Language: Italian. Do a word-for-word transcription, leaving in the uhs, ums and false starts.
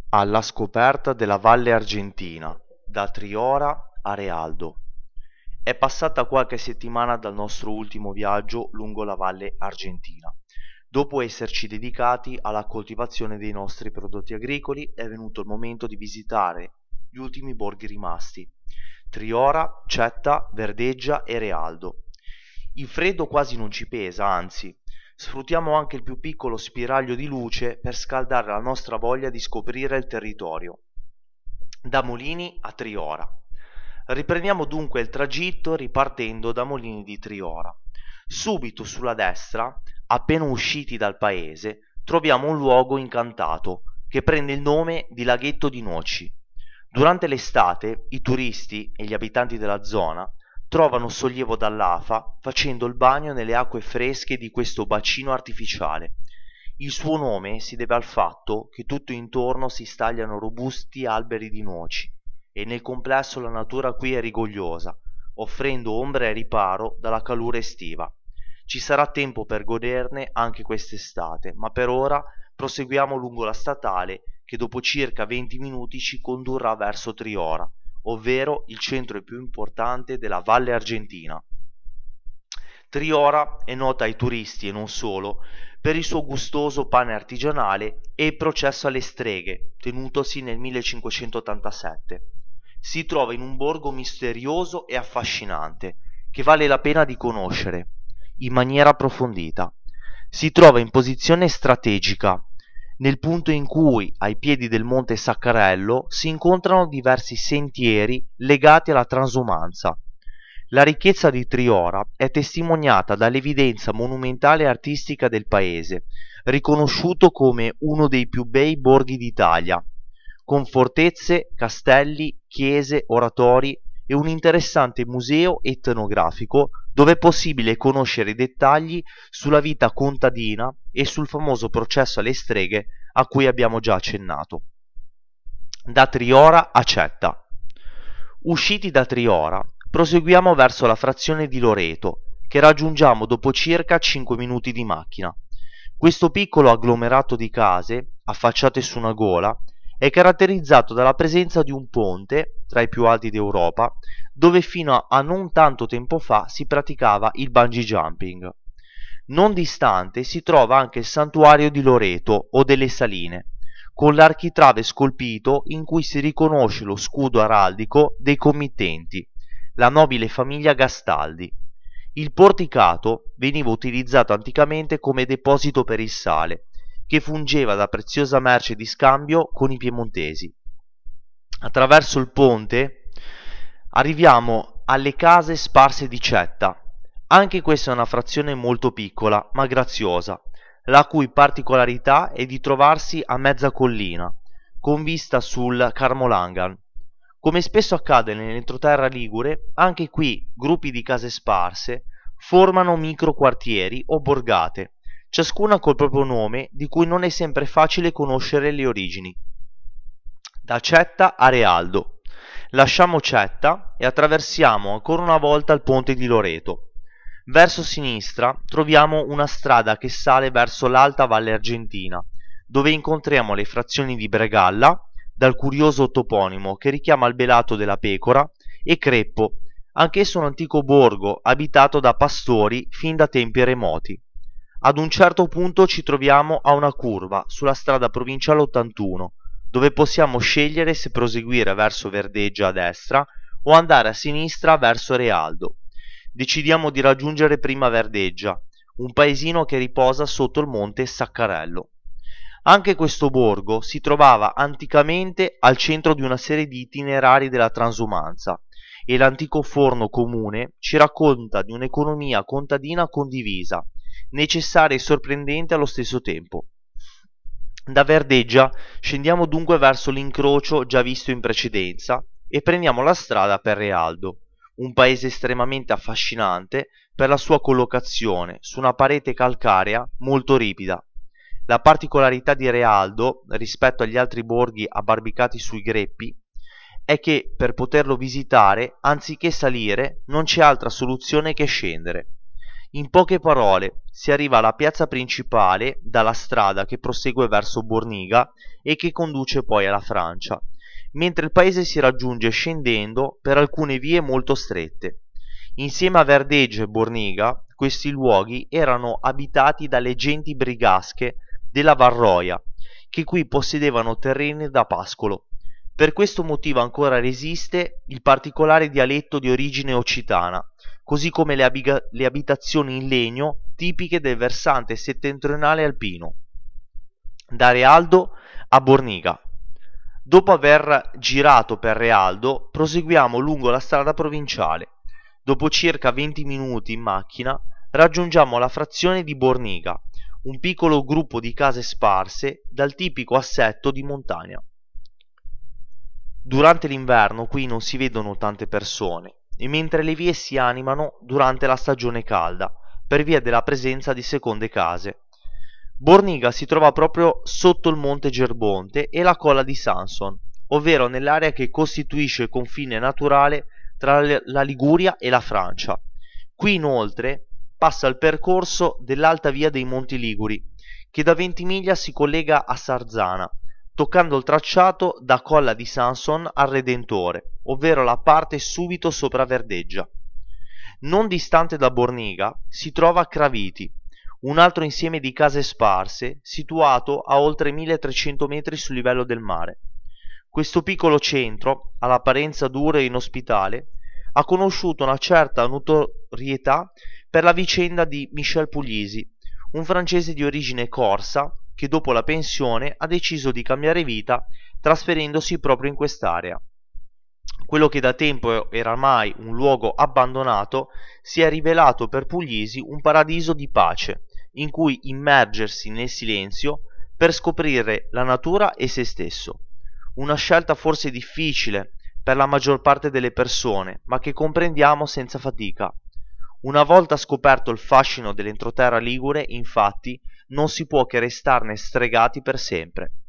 Alla scoperta della Valle Argentina, da Triora a Realdo. È passata qualche settimana dal nostro ultimo viaggio lungo la Valle Argentina. Dopo esserci dedicati alla coltivazione dei nostri prodotti agricoli, è venuto il momento di visitare gli ultimi borghi rimasti: Triora, Cetta, Verdeggia e Realdo. Il freddo quasi non ci pesa, anzi, sfruttiamo anche il più piccolo spiraglio di luce per scaldare la nostra voglia di scoprire il territorio. Da Molini a Triora. Riprendiamo dunque il tragitto ripartendo da Molini di Triora. Subito sulla destra, appena usciti dal paese, troviamo un luogo incantato che prende il nome di Laghetto di Noci. Durante l'estate i turisti e gli abitanti della zona trovano sollievo dall'afa facendo il bagno nelle acque fresche di questo bacino artificiale. Il suo nome si deve al fatto che tutto intorno si stagliano robusti alberi di noci e nel complesso la natura qui è rigogliosa, offrendo ombra e riparo dalla calura estiva. Ci sarà tempo per goderne anche quest'estate, ma per ora proseguiamo lungo la statale che dopo circa venti minuti ci condurrà verso Triora, ovvero il centro più importante della Valle Argentina. Triora è nota ai turisti e non solo per il suo gustoso pane artigianale e il processo alle streghe, tenutosi nel millecinquecentottantasette. Si trova in un borgo misterioso e affascinante che vale la pena di conoscere in maniera approfondita. Si trova in posizione strategica, nel punto in cui ai piedi del monte Saccarello si incontrano diversi sentieri legati alla transumanza. La ricchezza di Triora è testimoniata dall'evidenza monumentale e artistica del paese, riconosciuto come uno dei più bei borghi d'Italia, con fortezze, castelli, chiese, oratori e un interessante museo etnografico dove è possibile conoscere i dettagli sulla vita contadina e sul famoso processo alle streghe a cui abbiamo già accennato. Da Triora a Cetta. Usciti da Triora, proseguiamo verso la frazione di Loreto, che raggiungiamo dopo circa cinque minuti di macchina. Questo piccolo agglomerato di case, affacciate su una gola, è caratterizzato dalla presenza di un ponte, tra i più alti d'Europa, dove fino a non tanto tempo fa si praticava il bungee jumping. Non distante si trova anche il santuario di Loreto o delle Saline, con l'architrave scolpito in cui si riconosce lo scudo araldico dei committenti, la nobile famiglia Gastaldi. Il porticato veniva utilizzato anticamente come deposito per il sale, che fungeva da preziosa merce di scambio con i piemontesi. Attraverso il ponte arriviamo alle case sparse di Cetta. Anche questa è una frazione molto piccola ma graziosa, la cui particolarità è di trovarsi a mezza collina, con vista sul Carmolangan. Come spesso accade nell'entroterra ligure, anche qui gruppi di case sparse formano microquartieri o borgate, ciascuna col proprio nome di cui non è sempre facile conoscere le origini. Da Cetta a Realdo. Lasciamo Cetta e attraversiamo ancora una volta il ponte di Loreto. Verso sinistra troviamo una strada che sale verso l'alta Valle Argentina, dove incontriamo le frazioni di Bregalla, dal curioso toponimo che richiama il belato della pecora, e Creppo, anch'esso un antico borgo abitato da pastori fin da tempi remoti. Ad un certo punto ci troviamo a una curva sulla strada provinciale ottantuno, dove possiamo scegliere se proseguire verso Verdeggia a destra o andare a sinistra verso Realdo. Decidiamo di raggiungere prima Verdeggia, un paesino che riposa sotto il monte Saccarello. Anche questo borgo si trovava anticamente al centro di una serie di itinerari della transumanza e l'antico forno comune ci racconta di un'economia contadina condivisa, necessaria e sorprendente allo stesso tempo. Da Verdeggia scendiamo dunque verso l'incrocio già visto in precedenza e prendiamo la strada per Realdo, un paese estremamente affascinante per la sua collocazione su una parete calcarea molto ripida. La particolarità di Realdo rispetto agli altri borghi abbarbicati sui greppi è che per poterlo visitare, anziché salire, non c'è altra soluzione che scendere. In poche parole, si arriva alla piazza principale dalla strada che prosegue verso Borniga e che conduce poi alla Francia, mentre il paese si raggiunge scendendo per alcune vie molto strette. Insieme a Verdeggio e Borniga, questi luoghi erano abitati dalle genti brigasche della Varroia, che qui possedevano terreni da pascolo. Per questo motivo ancora resiste il particolare dialetto di origine occitana, così come le, abiga- le abitazioni in legno tipiche del versante settentrionale alpino. Da Realdo a Borniga. Dopo aver girato per Realdo, proseguiamo lungo la strada provinciale. Dopo circa venti minuti in macchina, raggiungiamo la frazione di Borniga, un piccolo gruppo di case sparse dal tipico assetto di montagna. Durante l'inverno qui non si vedono tante persone, e mentre le vie si animano durante la stagione calda, per via della presenza di seconde case. Borniga si trova proprio sotto il monte Gerbonte e la colla di Sanson, ovvero nell'area che costituisce il confine naturale tra la Liguria e la Francia. Qui inoltre passa il percorso dell'Alta Via dei Monti Liguri, che da Ventimiglia si collega a Sarzana, toccando il tracciato da Colla di Sanson al Redentore, ovvero la parte subito sopra Verdeggia. Non distante da Borniga si trova Craviti, un altro insieme di case sparse situato a oltre milletrecento metri sul livello del mare. Questo piccolo centro, all'apparenza duro e inospitale, ha conosciuto una certa notorietà per la vicenda di Michel Puglisi, un francese di origine corsa che dopo la pensione ha deciso di cambiare vita trasferendosi proprio in quest'area. Quello che da tempo era mai un luogo abbandonato si è rivelato per Puglisi un paradiso di pace, in cui immergersi nel silenzio per scoprire la natura e se stesso. Una scelta forse difficile per la maggior parte delle persone, ma che comprendiamo senza fatica. Una volta scoperto il fascino dell'entroterra ligure, infatti, non si può che restarne stregati per sempre.